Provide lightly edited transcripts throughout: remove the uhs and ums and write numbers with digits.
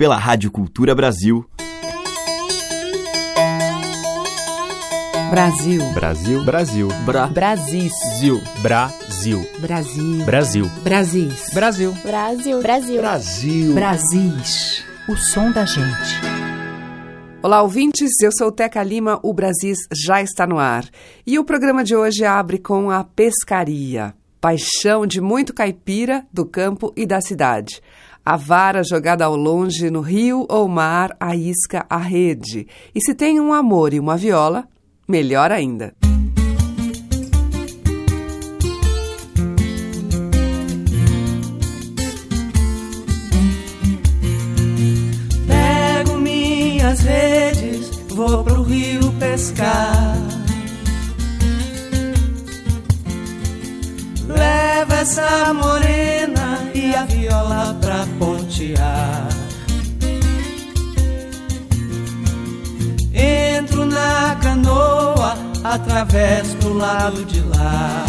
pela Rádio Cultura Brasil. Brasil. Brasil. Brasil. Brasis. Brasil. Brasil. Brasil. Brasis. Brasil. Brasil. Brasil. Brasil. Brasis. O som da gente. Olá, ouvintes. Eu sou Teca Lima. O Brasis já está no ar. E o programa de hoje abre com a pescaria. Paixão de muito caipira do campo e da cidade. A vara jogada ao longe no rio ou mar, a isca, a rede. E se tem um amor e uma viola, melhor ainda. Pego minhas redes, vou pro rio pescar. Levo essa morena e a viola pra pontear. Entro na canoa, atravesso pro lado de lá.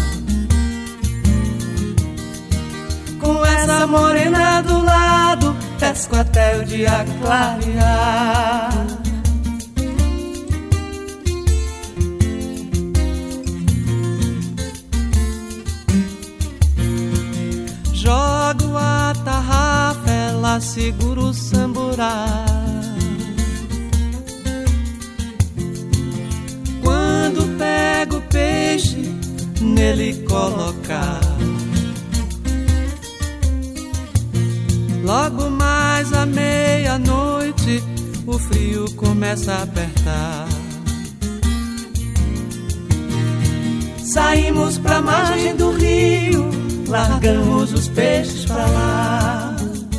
Com essa morena do lado, pesco até o dia clarear. Jogo a tarrafa, ela segura o samburá. Quando pego o peixe, nele colocar. Logo mais à meia-noite, o frio começa a apertar. Saímos pra margem do rio, largamos os peixes pra lá.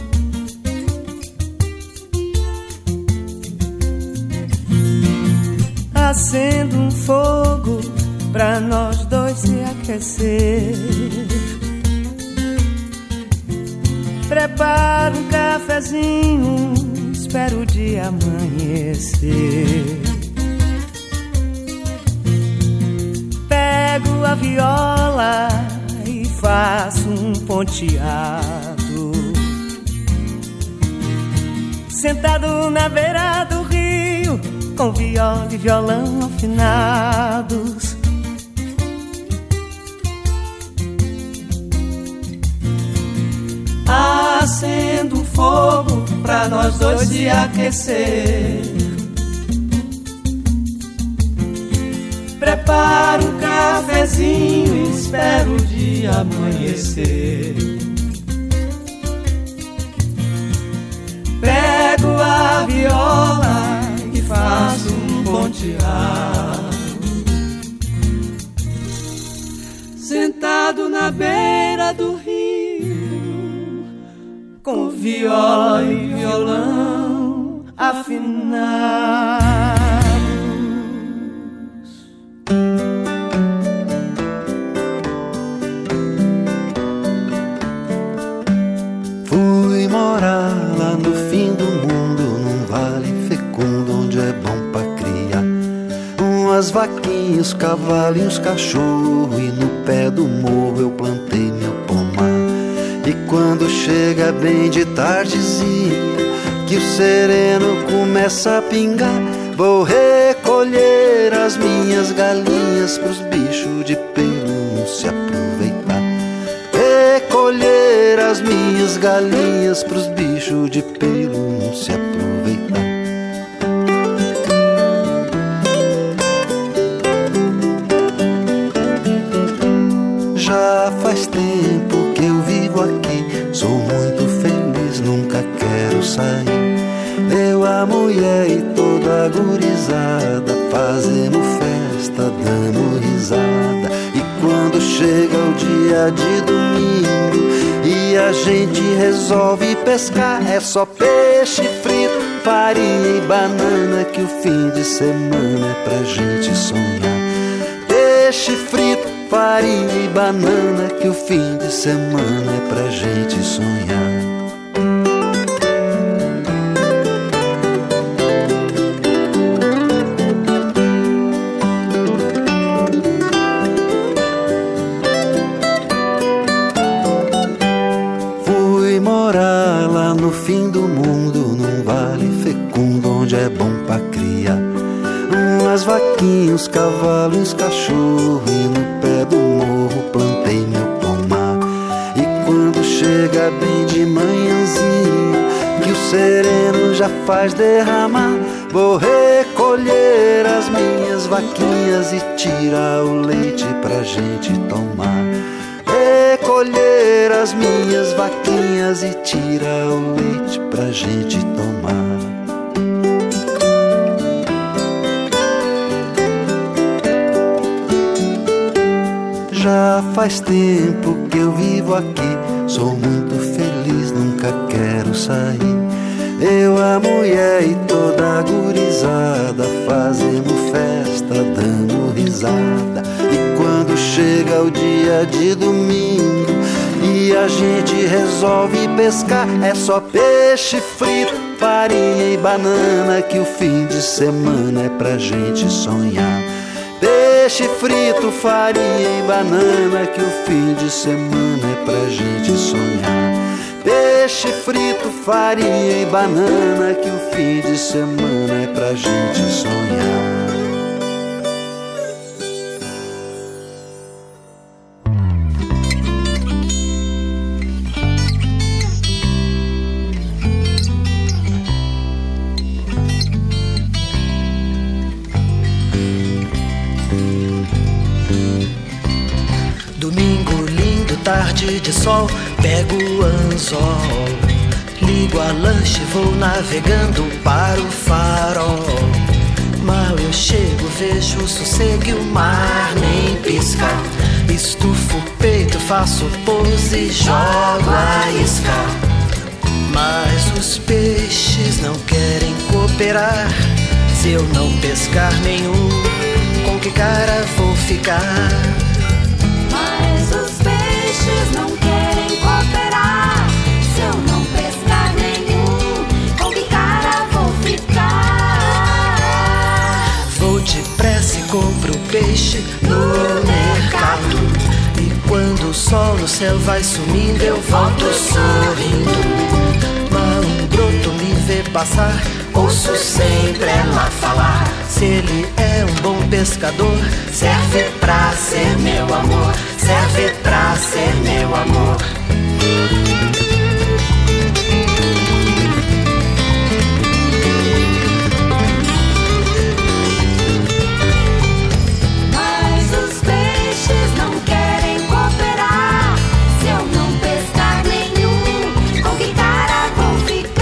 Acendo um fogo pra nós dois se aquecer. Preparo um cafezinho, espero o dia amanhecer. Pego a viola e faço um ponteado. Sentado na beira do rio, com viola e violão afinados. Acendo um fogo pra nós dois se aquecer. Preparo um cafezinho e espero o dia amanhecer. Pego a viola e faço um ponteado. Sentado na beira do rio, com viola e violão afinados. Fui morar lá no fim do mundo, num vale fecundo onde é bom pra criar umas vaquinhas, cavalinhos, cachorro. E no pé do morro eu plantei meu pomar. E quando chega bem de tardezinha, que o sereno começa a pingar, vou recolher as minhas galinhas pros bichos de pelo não se aproveitar. Recolher as minhas galinhas pros bichos de pelo não se aproveitar. Já faz tempo que eu vivo aqui, sou muito feliz, nunca quero sair. Eu, a mulher e toda a gurizada fazemos festa, damos risada. E quando chega o dia de domingo e a gente resolve pescar, é só peixe frito, farinha e banana, que o fim de semana é pra gente sonhar. Peixe frito, farinha e banana, que o fim de semana é pra gente sonhar. Fui morar lá no fim do mundo, uns cavalos e uns cachorros, e no pé do morro plantei meu pomar. E quando chega bem de manhãzinha, que o sereno já faz derramar, vou recolher as minhas vaquinhas e tirar o leite pra gente tomar. Recolher as minhas vaquinhas e tirar o leite pra gente tomar. Já faz tempo que eu vivo aqui, sou muito feliz, nunca quero sair. Eu, a mulher e toda a gurizada fazemos festa, dando risada. E quando chega o dia de domingo e a gente resolve pescar, é só peixe frito, farinha e banana, que o fim de semana é pra gente sonhar. Peixe frito, farinha e banana, que o fim de semana é pra gente sonhar. Peixe frito, farinha e banana, que o fim de semana é pra gente sonhar. Tarde de sol, pego o anzol, ligo a lanche, vou navegando para o farol. Mal eu chego, vejo o sossego e o mar nem pisca. Estufo o peito, faço pose e jogo a isca. Mas os peixes não querem cooperar. Se eu não pescar nenhum, com que cara vou ficar? Mas os peixes não querem cooperar. Se eu não pescar nenhum, com que cara vou ficar? Vou depressa e compro peixe no mercado. E quando o sol no céu vai sumindo, eu volto sorrindo. Mal um broto me vê passar, ouço sempre ela falar. Se ele é um bom pescador, serve pra ser meu amor, serve pra ser meu amor. Mas os peixes não querem cooperar. Se eu não pescar nenhum, com que cara vou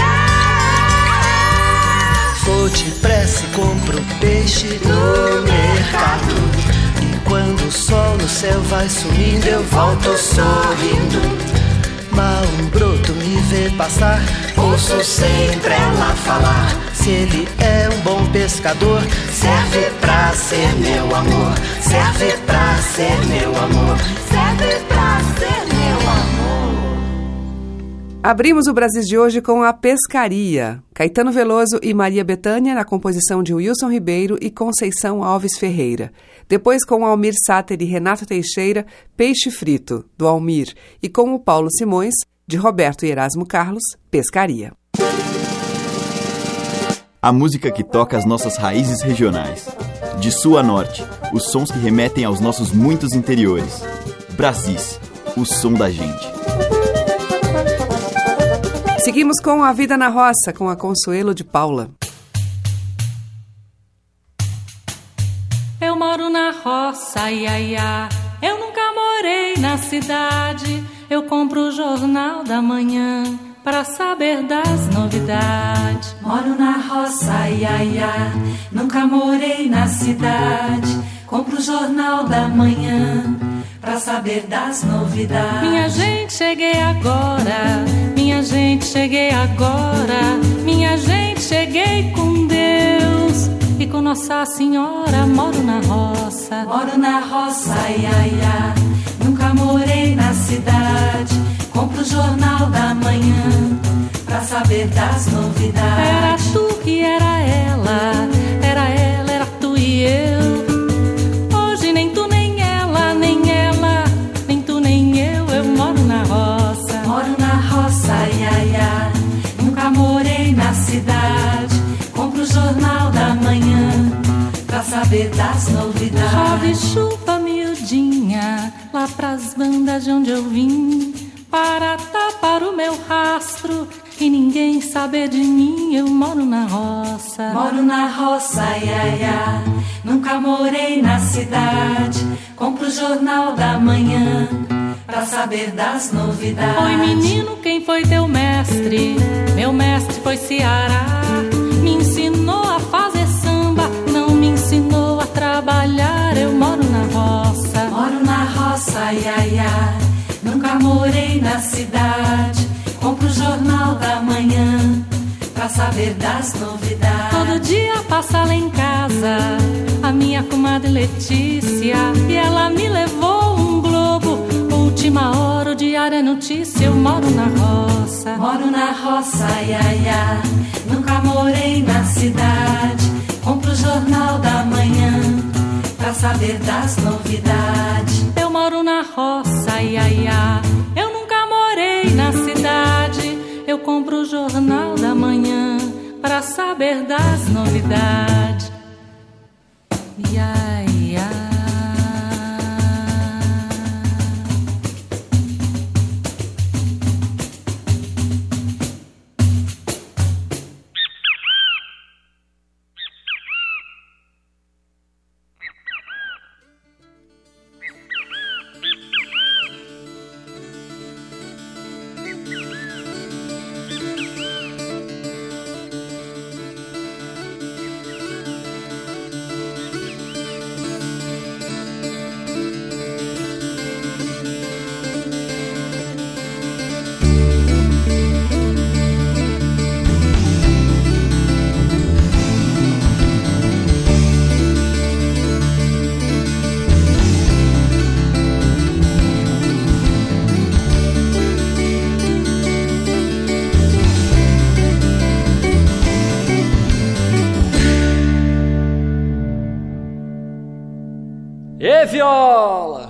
ficar? Vou depressa e compro peixe no mercado. E quando o sol no céu vai sumindo, eu volto sorrindo. Mal um broto me vê passar, ouço sempre ela falar. Se ele é um bom pescador, serve pra ser meu amor, serve pra ser meu amor, serve pra ser meu amor. Abrimos o Brasil de hoje com a Pescaria. Caetano Veloso e Maria Bethânia na composição de Wilson Ribeiro e Conceição Alves Ferreira. Depois com Almir Sater e Renato Teixeira, Peixe Frito, do Almir. E com o Paulo Simões, de Roberto e Erasmo Carlos, Pescaria. A música que toca as nossas raízes regionais. De sul a norte, os sons que remetem aos nossos muitos interiores. Brasis, o som da gente. Seguimos com A Vida na Roça, com a Consuelo de Paula. Eu moro na roça, ia, ia. Eu nunca morei na cidade. Eu compro o Jornal da Manhã para saber das novidades. Moro na roça, ia, ia. Nunca morei na cidade. Compro o Jornal da Manhã pra saber das novidades. Minha gente, cheguei agora. Minha gente, cheguei agora. Minha gente, cheguei com Deus e com Nossa Senhora. Moro na roça. Moro na roça, ia, ia. Nunca morei na cidade. Compro o Jornal da Manhã pra saber das novidades. Era tu que era ela. Era ela, era tu e eu. Nunca morei na cidade. Compro o Jornal da Manhã pra saber saber das novidades. Chove chuva miudinha, lá pras bandas de onde eu vim, para tapar o meu rastro e ninguém saber de mim. Eu moro na roça. Moro na roça, ia, ia. Nunca morei na cidade. Compro o jornal da manhã pra saber das novidades. Oi menino, quem foi teu mestre? Meu mestre foi Ceará. Me ensinou a fazer samba, não me ensinou a trabalhar. Eu moro na roça. Moro na roça, ia, ia. Nunca morei na cidade. Compro o jornal da manhã pra saber das novidades. Todo dia passa lá em casa a minha comadre Letícia, e ela me levou um globo. Última hora, o diário é notícia. Eu moro na roça. Moro na roça, ia, ia. Nunca morei na cidade. Compro o jornal da manhã pra saber das novidades. Eu moro na roça, ia, ia. Eu nunca morei na cidade. Eu compro o jornal da manhã pra saber das novidades. Ia, ia. E viola!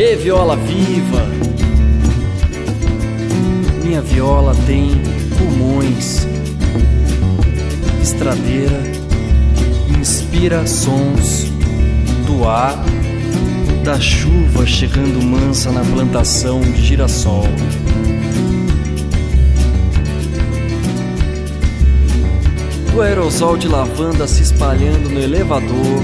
Ê, viola viva! Minha viola tem pulmões, estradeira, inspira sons do ar, da chuva chegando mansa na plantação de girassol. Do aerosol de lavanda se espalhando no elevador,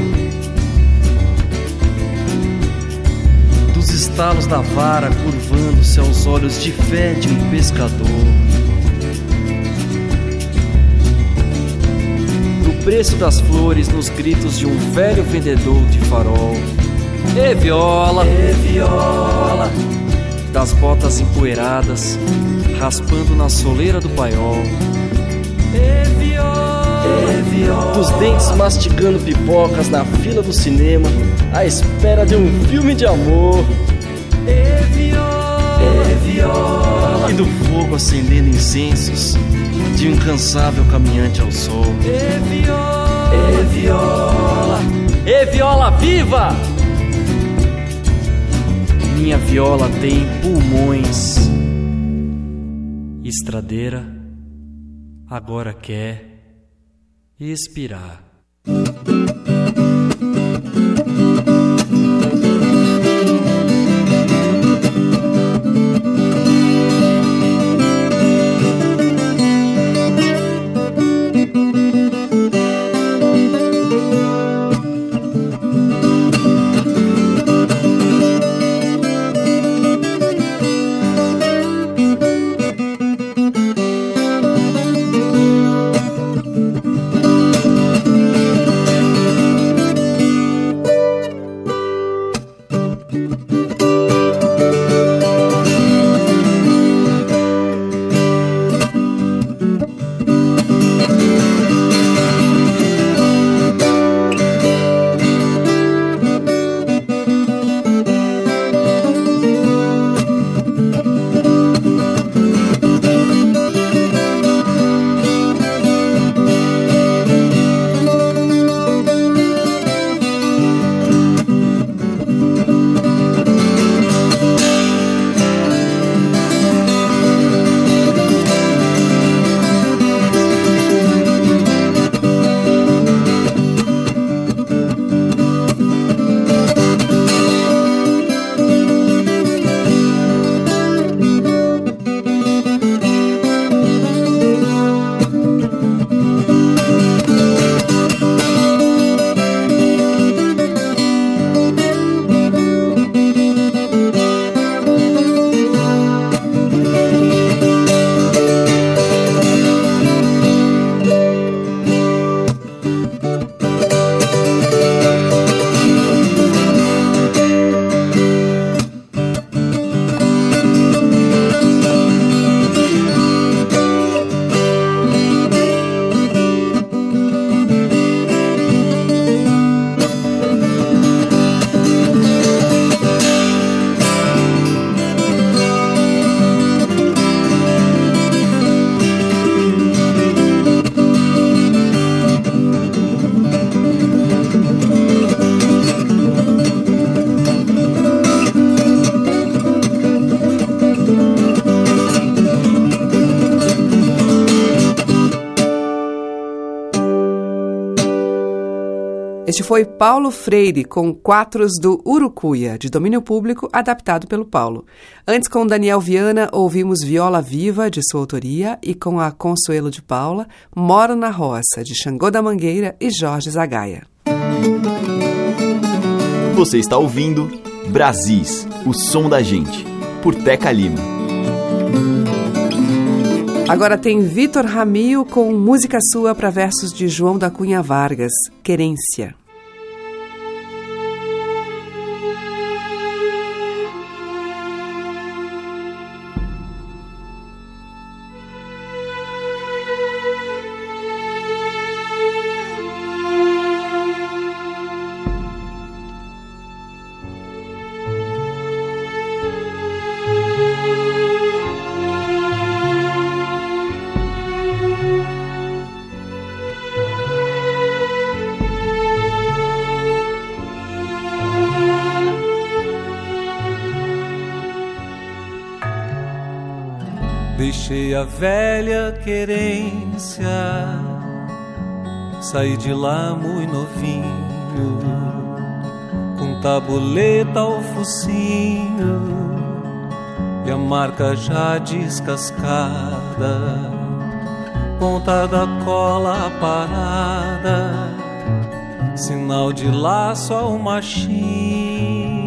dos estalos da vara curvando-se aos olhos de fé de um pescador, do preço das flores nos gritos de um velho vendedor de farol. Ê, viola! Ê, viola! Das botas empoeiradas raspando na soleira do paiol. Ê, viola! Ê, viola! Dos dentes mastigando pipocas na fila do cinema à espera de um filme de amor. Ê, viola! Ê, viola! E do fogo acendendo incensos de um incansável caminhante ao sol. Ê, viola! Ê, viola! Ê, viola viva! Minha viola tem pulmões, estradeira, agora quer expirar. Este foi Paulo Freire com Quatros do Urucuia, de domínio público, adaptado pelo Paulo. Antes, com Daniel Viana, ouvimos Viola Viva, de sua autoria, e com a Consuelo de Paula, Moro na Roça, de Xangô da Mangueira e Jorge Zagaia. Você está ouvindo Brasis, o som da gente, por Teca Lima. Agora tem Vitor Ramil com Música Sua para versos de João da Cunha Vargas, Querência. Deixei a velha querência, saí de lá muito novinho, com tabuleta ao focinho e a marca já descascada, ponta da cola parada, sinal de laço ao machinho.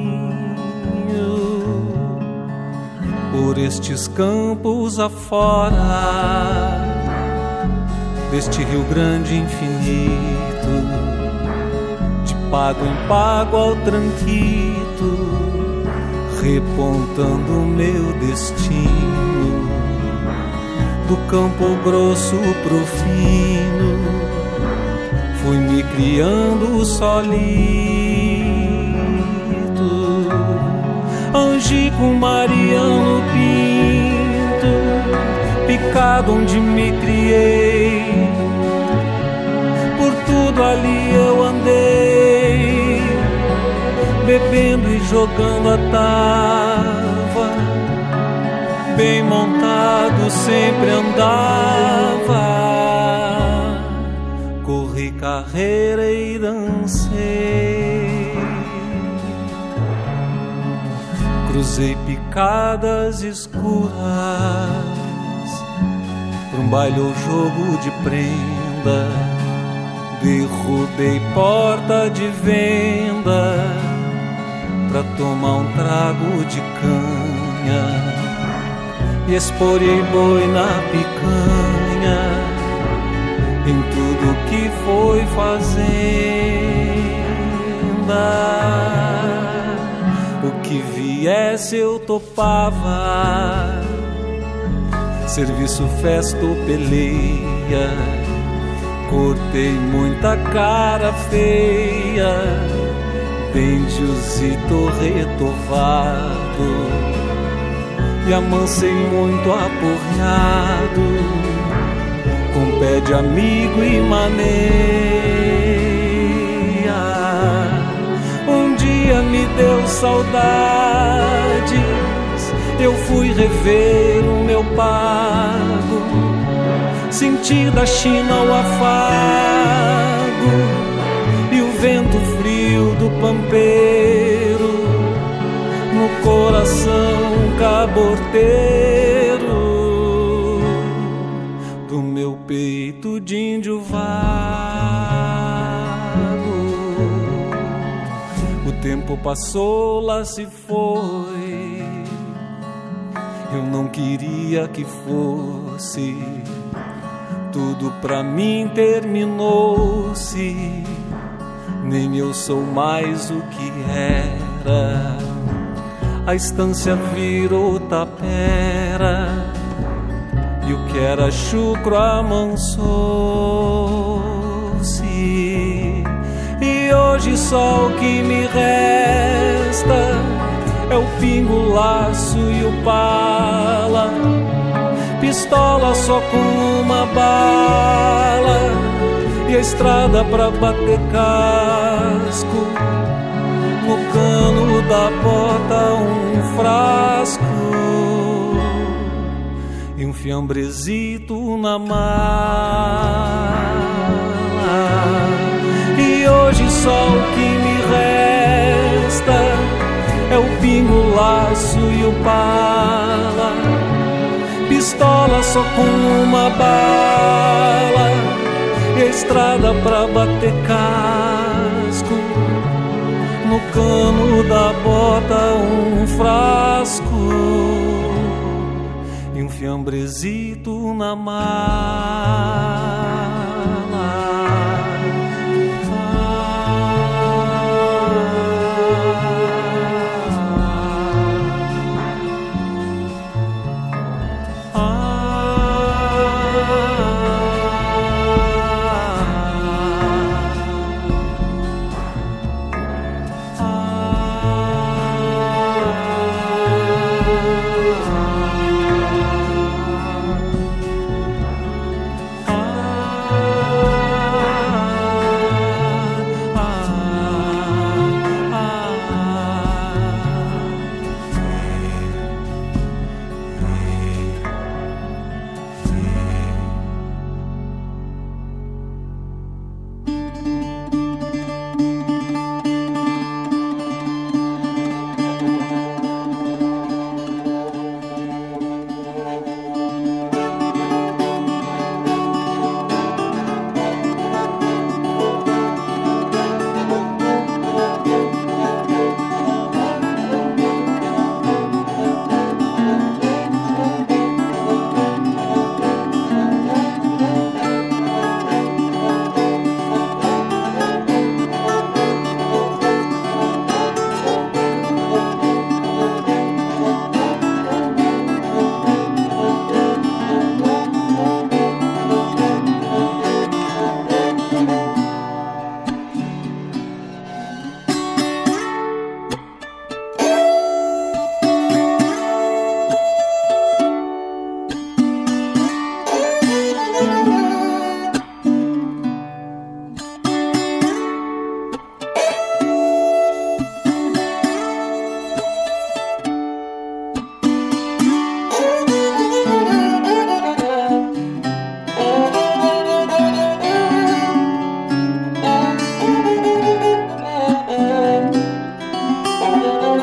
Por estes campos afora, deste Rio Grande infinito, de pago em pago ao tranquito, repontando o meu destino, do Campo Grosso pro fino, fui me criando solito. Angico Mariano Pinto, picado onde me criei, por tudo ali eu andei, bebendo e jogando a tava, bem montado sempre andava, corri carreira e dancei. Cruzei picadas escuras, pra um baile ou jogo de prenda, derrubei porta de venda, pra tomar um trago de canha, e esporei boi na picanha, em tudo que foi fazenda. O que viesse eu topava, serviço, festa ou peleia, cortei muita cara feia, dentes e torretovado, e amancei muito aporreado, com pé de amigo e maneia. Um dia me deu saudades, eu fui rever o meu pago, senti da China o afago e o vento frio do pampeiro no coração caborteiro do meu peito de índio vago. O tempo passou, lá se foi, eu não queria que fosse, tudo pra mim terminou-se, nem eu sou mais o que era, a estância virou tapera, e o que era chucro amansou-se, e hoje só o que me resta é o pingo, o laço e o pala, pistola só com uma bala, e a estrada pra bater casco, no cano da bota um frasco e um fiambrezito na mala. E hoje só o que me resta é o pingo, o laço e o pala, pistola só com uma bala, e a estrada pra bater casco, no cano da bota um frasco e um fiambrezito na mala.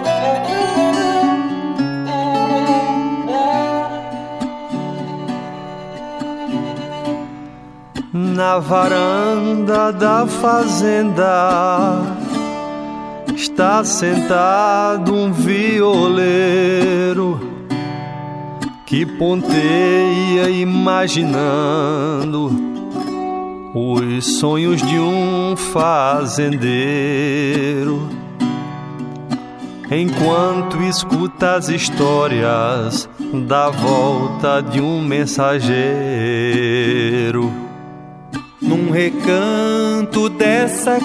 Na varanda da fazenda está sentado um violeiro que ponteia imaginando os sonhos de um fazendeiro, enquanto escuta as histórias da volta de um mensageiro. Num recanto dessa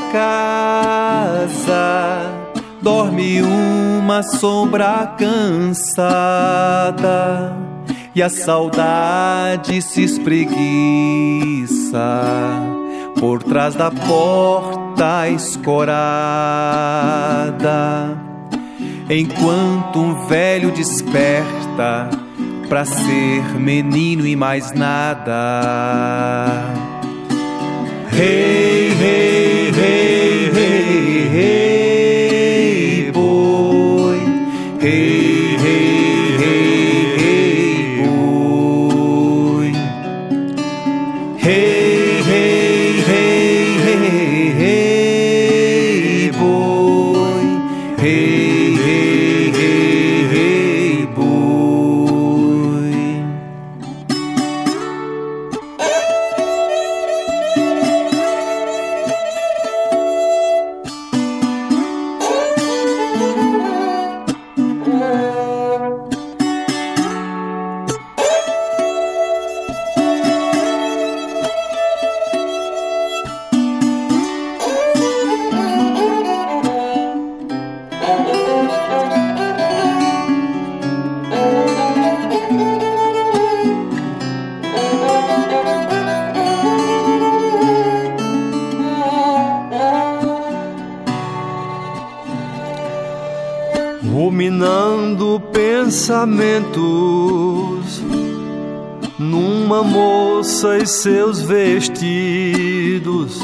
casa dorme uma sombra cansada e a saudade se espreguiça por trás da porta escorada, enquanto um velho desperta pra ser menino e mais nada. Hey, hey, hey, hey, hey, boy. Hey, hey, hey, hey, boy. Hey, hey, hey, hey, hey, boy. Hey, hey, hey, hey, boy. Ruminando pensamentos numa moça e seus vestidos,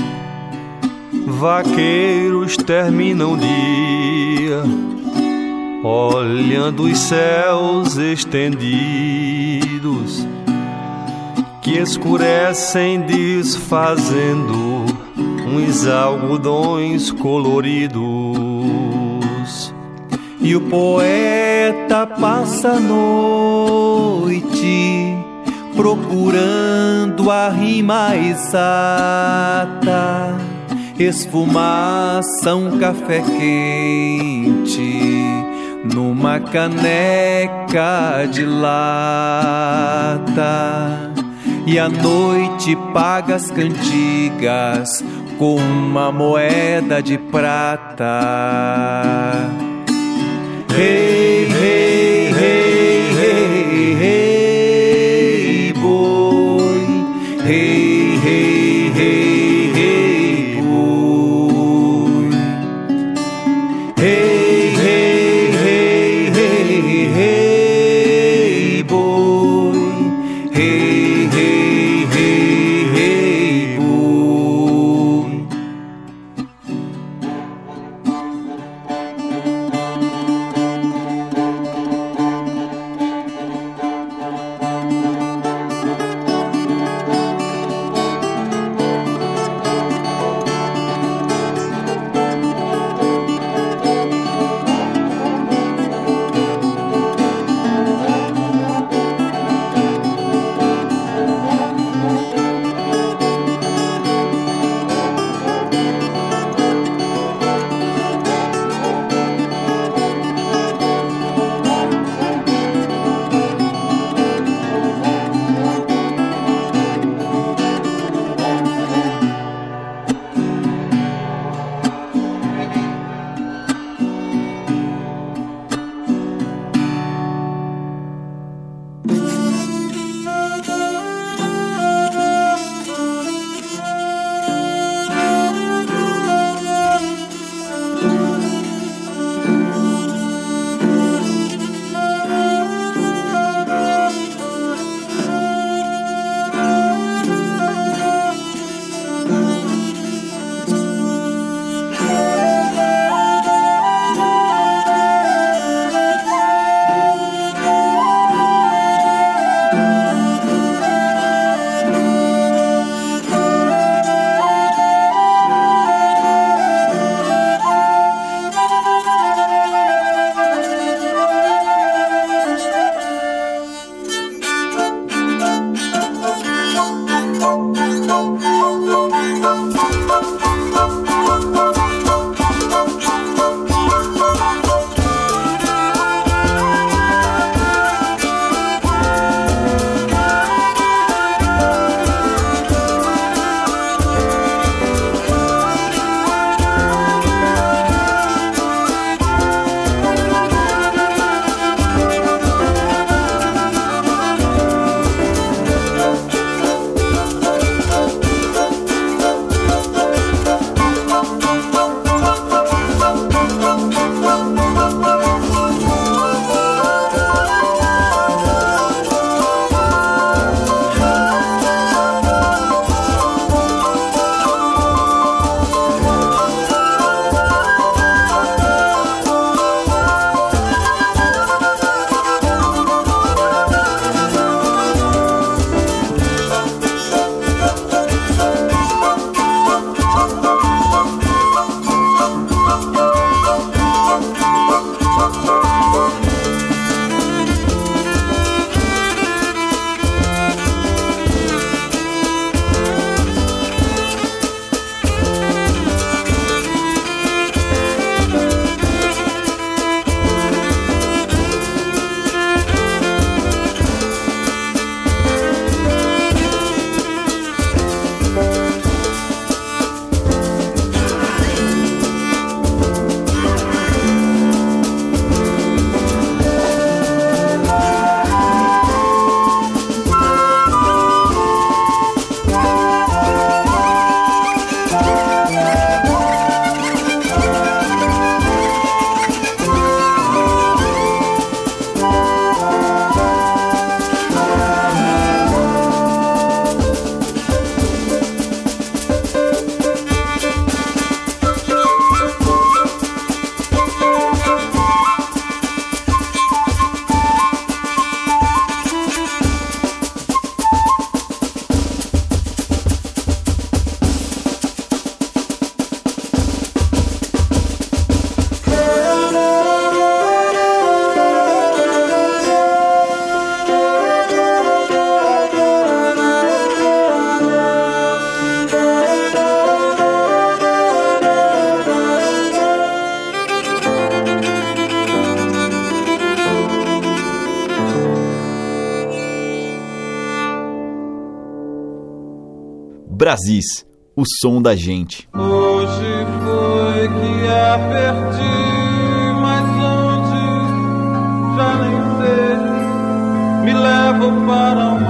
vaqueiros terminam o dia olhando os céus estendidos que escurecem desfazendo uns algodões coloridos. E o poeta passa a noite procurando a rima exata, esfumaça um café quente numa caneca de lata, e à noite paga as cantigas com uma moeda de prata. Hey, hey, hey, hey, hey, boy. Hey, hey, hey, hey, boy. Hey, hey, hey, hey, hey, boy. Hey, hey, hey, hey, boy. Brasis, o som da gente. Hoje foi que a perdi, mas onde já nem sei, me levo para o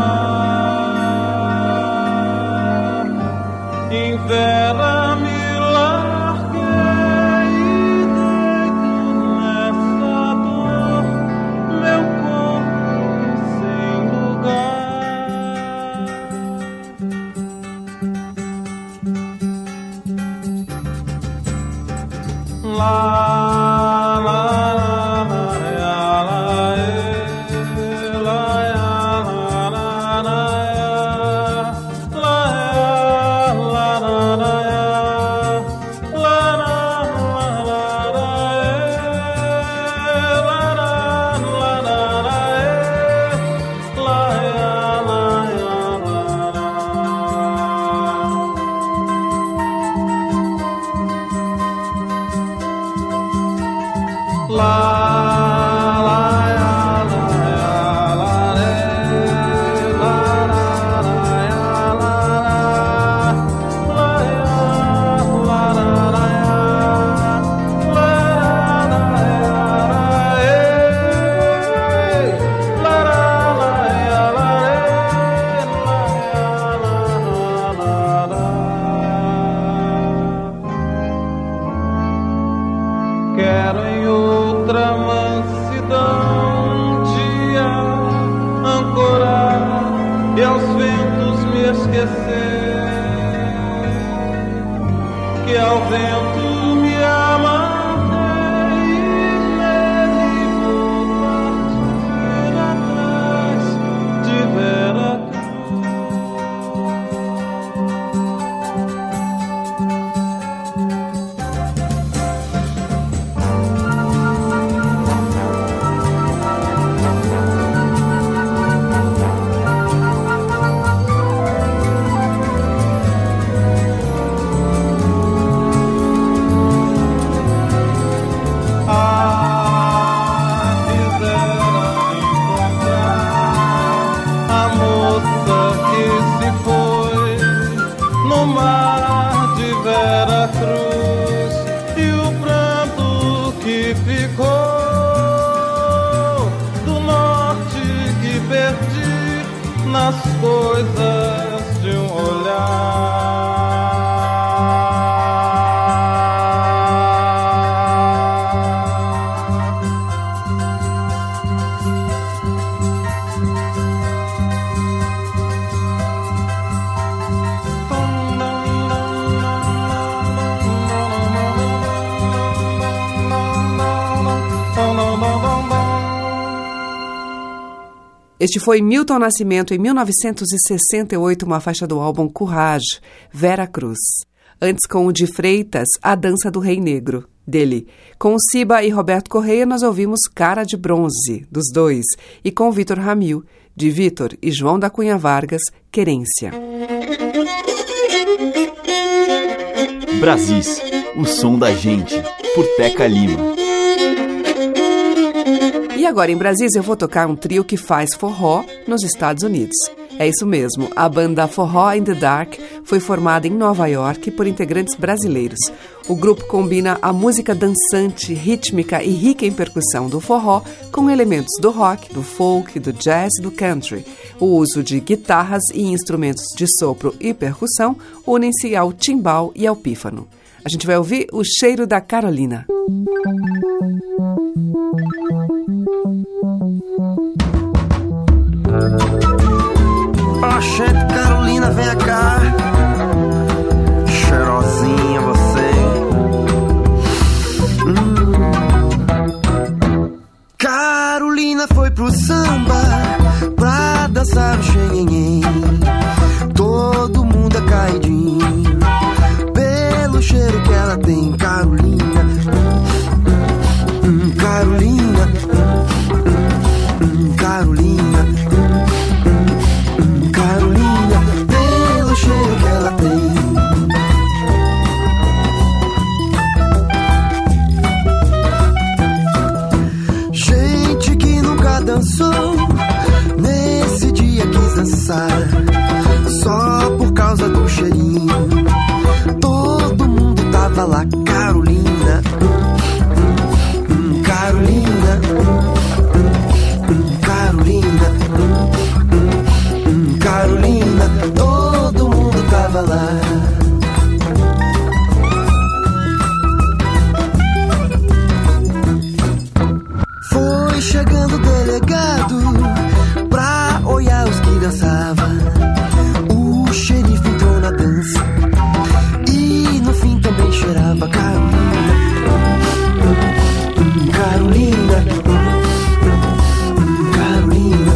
mar. Em Vera me larguei e deito nessa dor, meu corpo sem lugar. Quero em outra mansidão um dia ancorar e aos ventos me esquecer, que ao vento me amarrei e nele vou partir atrás de Vera nas coisas de um Este foi Milton Nascimento, em 1968, uma faixa do álbum Courage, Vera Cruz. Antes, com o de Freitas, A Dança do Rei Negro. dele. Com Ciba e Roberto Correia, nós ouvimos Cara de Bronze, dos dois, e com Vitor Ramil, de Vitor e João da Cunha Vargas, Querência. Brasis, o som da gente, por Teca Lima. E agora em Brasis eu vou tocar um trio que faz forró nos Estados Unidos. É isso mesmo, a banda Forró in the Dark foi formada em Nova York por integrantes brasileiros. O grupo combina a música dançante, rítmica e rica em percussão do forró com elementos do rock, do folk, do jazz e do country. O uso de guitarras e instrumentos de sopro e percussão unem-se ao timbal e ao pífano. A gente vai ouvir O Cheiro da Carolina. Oxente, Carolina, vem cá. Cheirosinha você. Carolina foi pro samba pra dançar o xenhenhen. Todo mundo é caidinho pelo cheiro que ela tem. Carolina, Carolina, Carolina, Carolina, pelo cheiro que ela tem. Gente que nunca dançou, nesse dia quis dançar, só por causa do cheirinho. Todo mundo tava lá. Carolina, Carolina, Carolina, Carolina, todo mundo tava lá. Foi chegando o delegado pra olhar os que dançavam. O xerife entrou na dança e no fim também cheirava. Carolina, Carolina, Carolina,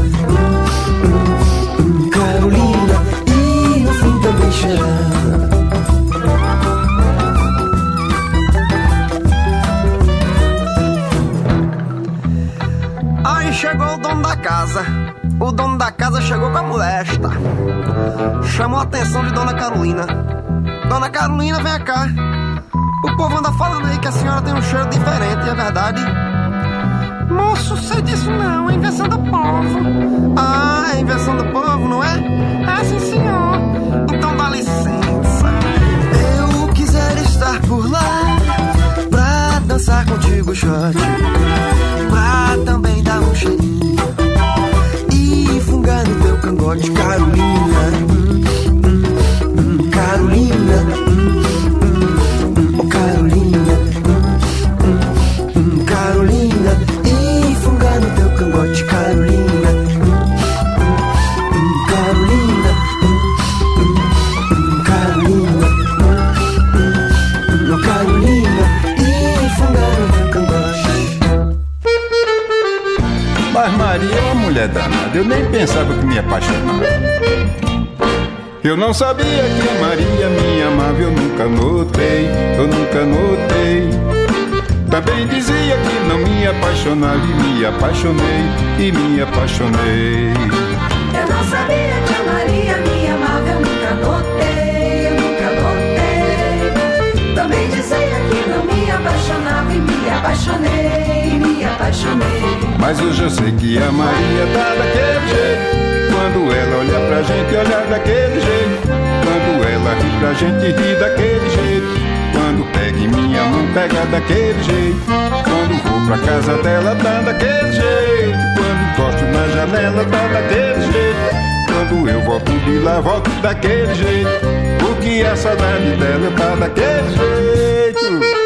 Carolina, e no fim também cheirava. Aí chegou o dono da casa. O dono da casa chegou com a molesta. Chamou a atenção de Dona Carolina. Dona Carolina, vem cá. O povo anda falando aí que a senhora tem um cheiro diferente, é verdade? Moço, sei disso não, é invenção do povo. Ah, é invenção do povo, não é? Ah, sim, senhor. Então dá licença. Eu quiser estar por lá pra dançar contigo, shot, pra também dar um cheirinho e fungar no teu cangote. Carolina, Carolina, oh Carolina, Carolina, e fungar no teu cangote. Carolina, Carolina, Carolina, oh Carolina, e fungar no teu cangote. Mas Maria é uma mulher danada, eu nem pensava que me apaixonava. Eu não sabia que a Maria me amava, eu nunca notei, eu nunca notei. Também dizia que não me apaixonava e me apaixonei, e me apaixonei. Eu não sabia que a Maria me amava, eu nunca notei, eu nunca notei. Também dizia que não me apaixonava e me apaixonei, e me apaixonei. Mas hoje eu sei que a Maria tá daquele jeito. Quando ela olha pra gente, olha daquele jeito. Quando ela ri pra gente, ri daquele jeito. Quando pega em minha mão, pega daquele jeito. Quando vou pra casa dela, tá daquele jeito. Quando encosto na janela, tá daquele jeito. Quando eu volto de lá, volto daquele jeito. Porque a saudade dela tá daquele jeito.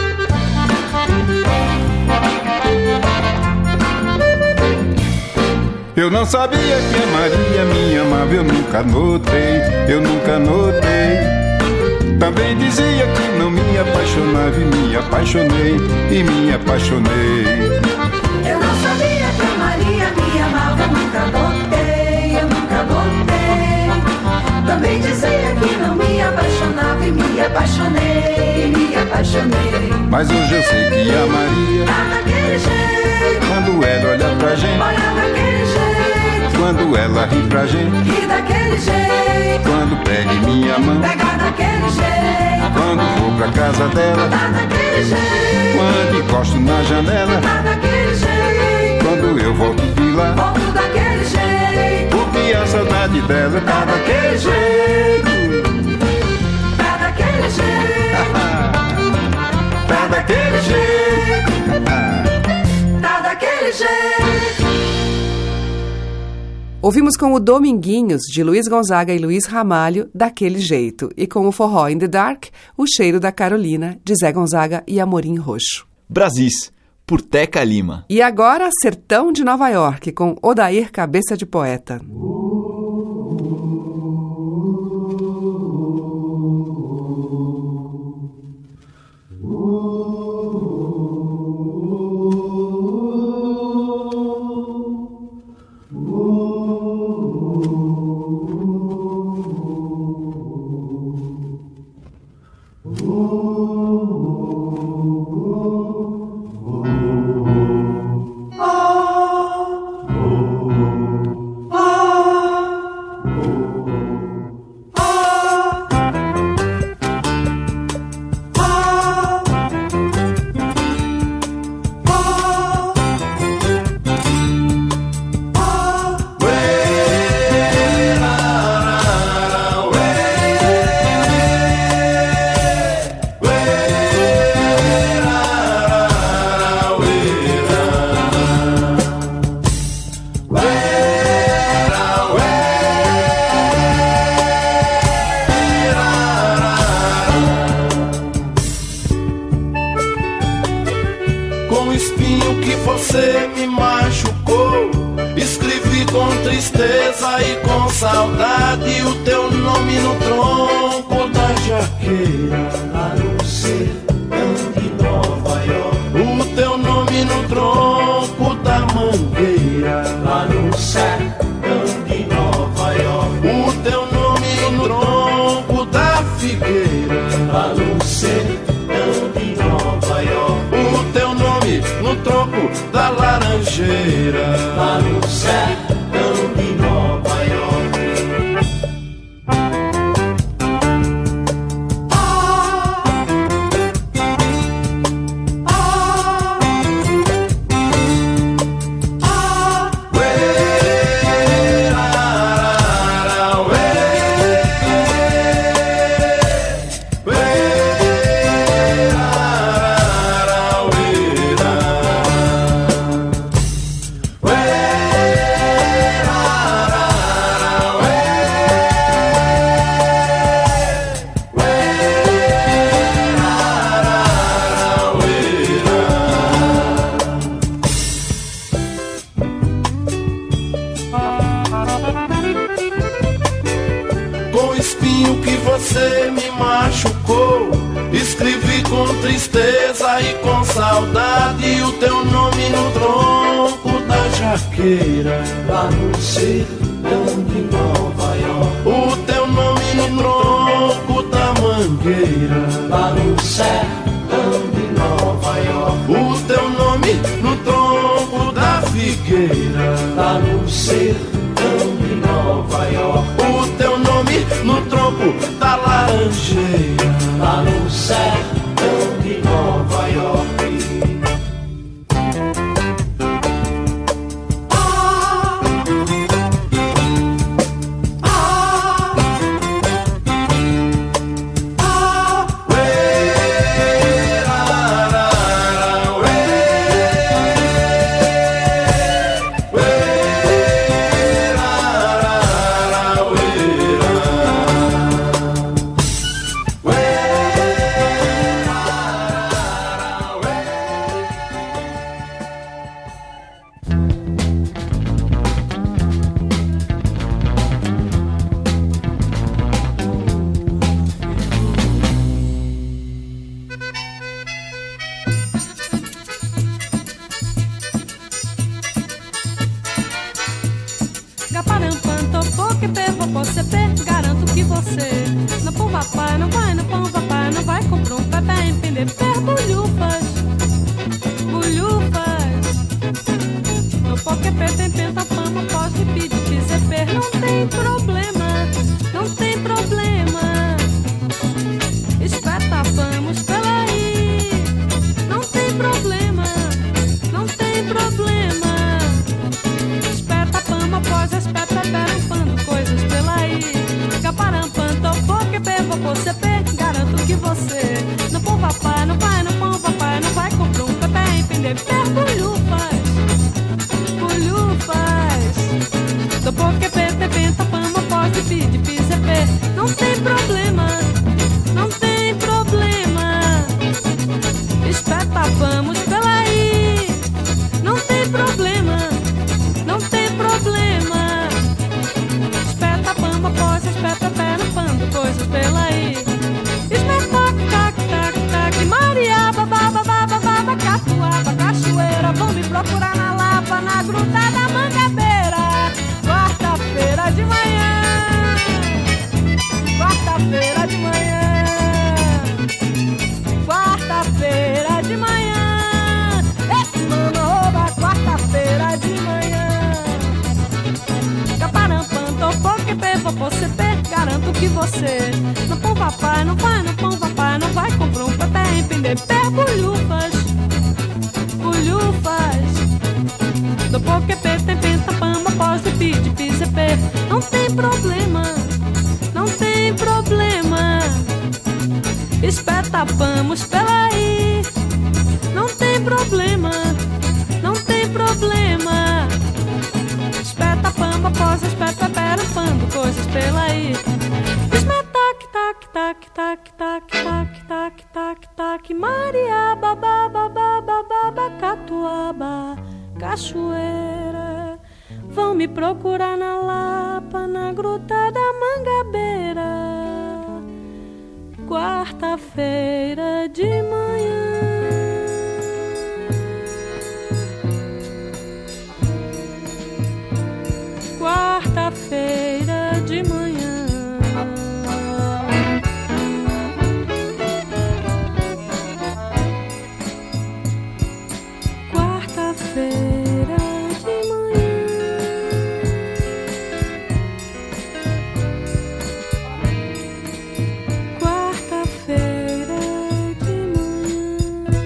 Eu não sabia que a Maria me amava, eu nunca notei, eu nunca notei. Também dizia que não me apaixonava e me apaixonei, e me apaixonei. Eu não sabia que a Maria me amava, eu nunca notei, eu nunca notei. Também dizia que não me apaixonava e me apaixonei, e me apaixonei. Mas hoje eu sei que a Maria tá daquele jeito. Quando ela olha pra gente, olha daquele jeito. Quando ela ri pra gente, ri daquele jeito. Quando pega em minha mão, pega daquele jeito. Quando vou pra casa dela, tá daquele jeito. Quando encosto na janela, tá daquele jeito. Quando eu volto de lá, volto daquele jeito. Porque a saudade dela tá daquele jeito. Tá daquele jeito. Tá daquele jeito. Tá daquele jeito. Ouvimos com o Dominguinhos, de Luiz Gonzaga e Luiz Ramalho, Daquele Jeito. E com o Forró in the Dark, O Cheiro da Carolina, de Zé Gonzaga e Amorim Roxo. Brasis, por Teca Lima. E agora, Sertão de Nova York, com Odair Cabeça de Poeta. Saudade, o teu nome no tronco da jaqueira, lá no sertão de Nova York. O teu nome no tronco da mangueira, lá no sertão de Nova York. O teu nome no tronco da figueira, lá no sertão de Nova York. O teu nome no tronco da laranjeira, lá no sertão de Nova York. Tristeza e com saudade, o teu nome no tronco da jaqueira, lá no sertão de Nova York. O teu nome no tronco da mangueira, lá no sertão de Nova York. O teu nome no tronco da figueira, lá no sertão de Nova York. O teu nome no tronco da laranjeira, lá no sertão de Nova York. PCP, garanto que você no pão papai, não vai no pão papai, não vai comprar um pepé em PDP, bolhufas, bolhufas. No POQP tem pentapama, pode pedir PCP, não tem problema, não tem problema. Espetapamos pela aí, não tem problema, não tem problema. Espetapama, após espeta, perampando coisas pela aí. Caparampando, POQP, vou PCP, garanto que você no pão papai, não vai no pão papai, não vai comprar um pepé em PDP, bolhufas, bolhufas. Do POQP tem pentapama, pode pedir PCP, não tem problema, não tem problema. Espetapamos pela aí, não tem problema, não tem problema. Espetapama, pós espeta, perampando coisas pela aí. Espetac, tac, tac, tac, Maria, babá, babá, babá, Catuaba, cachoeira, vão me procurar na Lapa, na Gruta da Mangabeira. Quarta-feira de manhã, quarta-feira de manhã, quarta-feira de manhã. Esse mano rouba, quarta-feira de manhã. Caparampando, POQP, vou PCP, garanto que você no pão papai, não vai no pão papai, não vai comprar um pepé em PDP, bolhufas, bolhufas. Do POQP tem pentapama, pode pedir PCP, não tem problema, não tem problema. Espetapamos pela aí, não tem problema, não tem problema. Espetapama, pós espeta, perampando coisas pela aí. Espetac, tac, tac, tac, tac, tac, tac, tac, tac, Maria, babá, babá, babá, Catuaba, cachoeira, vão me procurar na Lapa, na Gruta da Mangabeira. Quarta-feira de manhã, quarta-feira de manhã. Quarta-feira de manhã. Quarta-feira de manhã.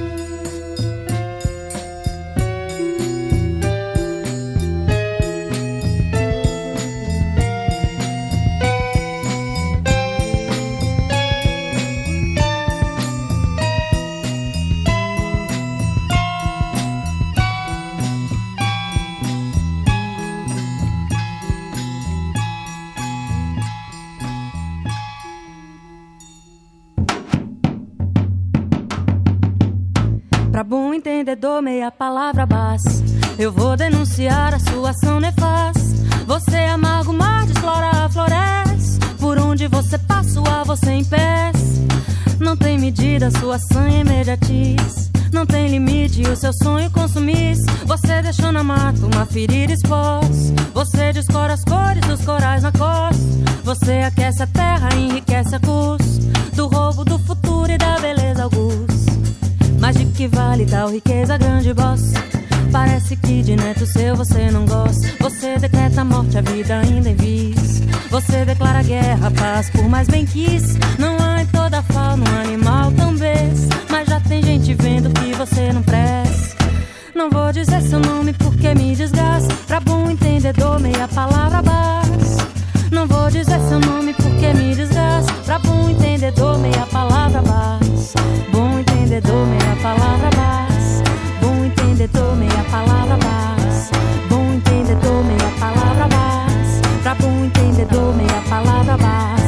Pra bom entendedor, meia palavra basta. Eu vou denunciar a sua ação nefasta. Você amarga o mar, desflora a floresta. Por onde você passa, a você impeça. Não tem medida, sua sanha imediatiz. Não tem limite, o seu sonho consumisse. Você deixou na mata uma ferida exposta. Você descora as cores dos corais na costa. Você aquece a terra, enriquece a custo do roubo do futuro e da beleza augusta. Mas de que vale tal riqueza, grande boss? Parece que de neto seu você não gosta. Você decreta a morte, a vida ainda em vice. Você declara guerra, a paz por mais bem quis. Não há em toda a fauna um animal tão besta. Mas já tem gente vendo que você não presta. Não vou dizer seu nome porque me desgasta. Pra bom entendedor, meia palavra basta. Não vou dizer seu nome porque me desgasta. Pra bom entendedor, meia palavra basta. Bom entendedor, meia palavra basta. Bom entendedor, meia palavra basta. Bom entendedor, meia palavra basta. Pra bom entendedor, meia palavra basta.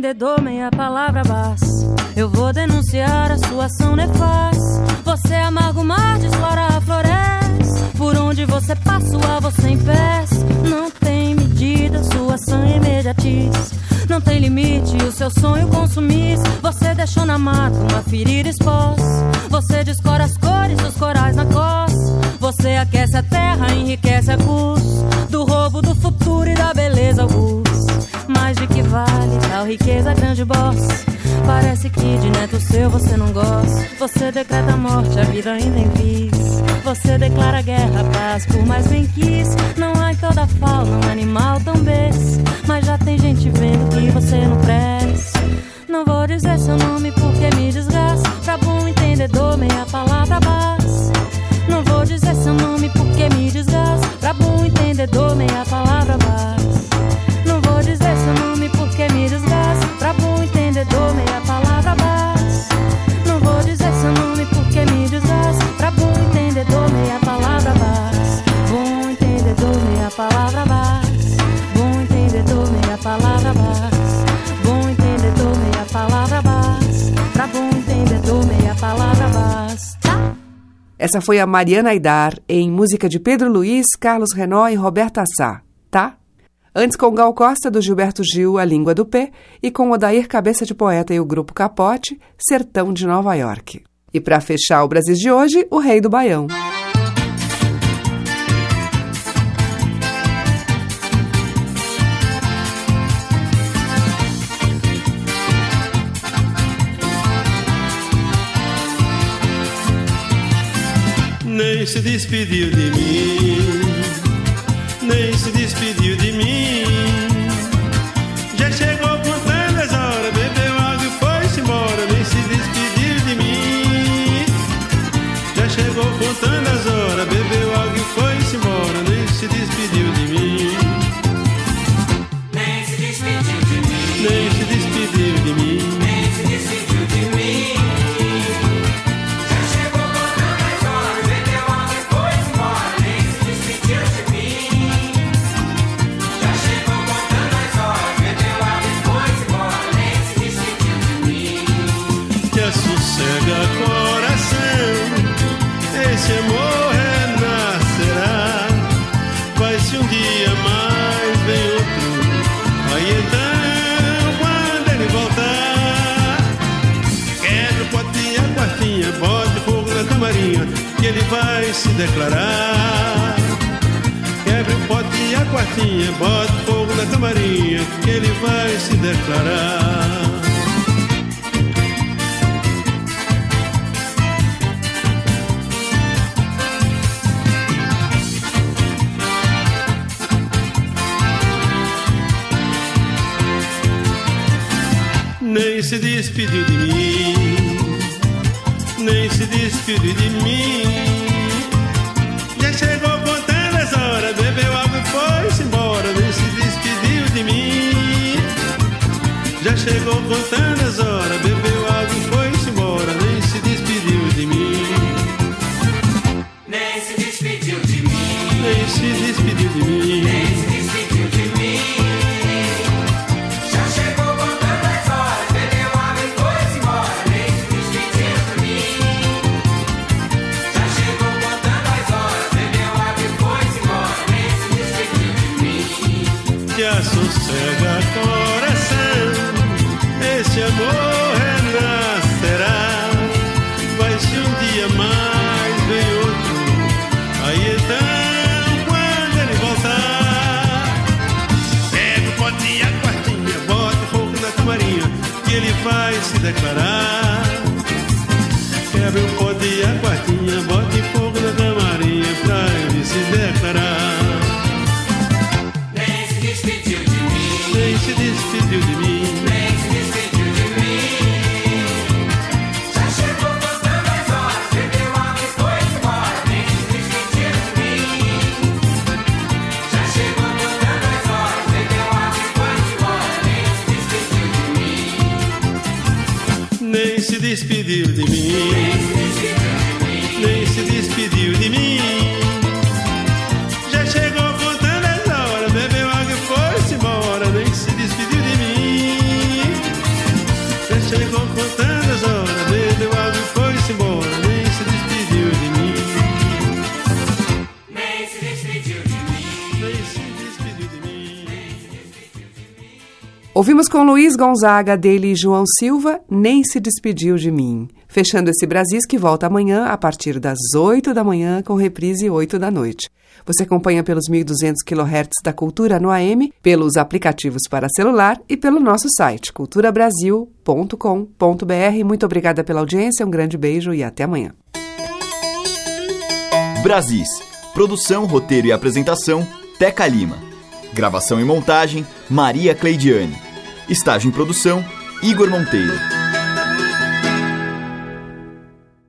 entendedor, meia palavra basta. Eu vou denunciar a sua ação nefasta. Você amarga o mar, desflora a floresta. Por onde você passa, o você impeça. Não tem medida, sua ação é imediatista. Não tem limite, o seu sonho consumista. Você deixou na mata uma ferida exposta. Você descora as cores dos corais na costa. Você aquece a terra, enriquece a custo do roubo do futuro e da beleza augusta. Mas de que vale tal riqueza, grande boss? Parece que de neto seu você não gosta. Você decreta a morte, a vida ainda em vis. Você declara guerra, a paz, por mais bem quis. Não há em toda fauna um animal tão besta. Mas já tem gente vendo que você não presta. Não vou dizer seu nome porque me desgasta. Pra bom entendedor, meia palavra basta. Não vou dizer seu nome porque me desgasta. Pra bom entendedor, meia palavra basta. Não vou dizer seu nome porque me desgasta. Pra bom entendedor, meia palavra basta. Não vou dizer seu nome porque me desgasta. Pra bom entendedor, meia palavra basta. Bom entendedor, meia palavra basta. Bom entendedor, meia palavra basta. Bom entendedor, meia palavra basta. Pra bom entendedor, meia palavra basta. Essa foi a Mariana Aidar, em música de Pedro Luiz, Carlos Renaud e Roberta Sá, tá? Antes com Gal Costa, do Gilberto Gil, A Língua do Pé, e com Odair Cabeça de Poeta e o Grupo Capote, Sertão de Nova York. E para fechar o Brasil de hoje, o Rei do Baião. Nem se despediu de mim, nem se despediu de mim. Já chegou contando as horas, bebeu água e foi-se embora. Nem se despediu de mim. Já chegou contando as horas, bebeu água e foi-se embora. Nem se despediu de mim. Nem se despediu de mim. Nem se despediu de mim. Nem se despediu de mim. Esse amor renascerá. Vai se um dia mais vem outro. Aí então quando ele voltar, quebra o pote e a quartinha, bote fogo na camarinha, que ele vai se declarar. Quebra o pote e a quartinha, bote fogo na camarinha, que ele vai se declarar. Nem se despediu de mim, nem se despediu de mim. Já chegou contando as horas, bebeu água e foi-se embora. Nem se despediu de mim. Já chegou contando as horas, bebeu água e foi-se embora. Nem se despediu de mim. Nem se despediu de mim. Nem se despediu de mim. Nem se despediu de mim. Sossega coração, esse amor renascerá. Vai se um dia mais vem outro. Aí então quando ele voltar, pega o pote e a quartinha, bota fogo na camarinha, que ele vai se declarar. Quebra o pote e a quartinha, bote fogo na camarinha, pra ele se declarar. Nem se despediu de mim. Nem se despediu de mim. Já chegou contando as horas, bebeu água e foi embora. Nem se despediu de mim. Já chegou contando as horas, bebeu água e foi embora. Nem se despediu de mim. Nem se despediu de mim. Já chegou contando as horas, bebeu água e foi-se embora. Nem se despediu de mim. Ouvimos com Luiz Gonzaga, dele e João Silva, Nem Se Despediu de Mim. Fechando esse Brasis que volta amanhã a partir das 8 da manhã com reprise 8 da noite. Você acompanha pelos 1.200 kHz da Cultura no AM, pelos aplicativos para celular e pelo nosso site culturabrasil.com.br. Muito obrigada pela audiência, um grande beijo e até amanhã. Brasis. Produção, roteiro e apresentação, Teca Lima. Gravação e montagem, Maria Cleidiane. Estágio em produção, Igor Monteiro.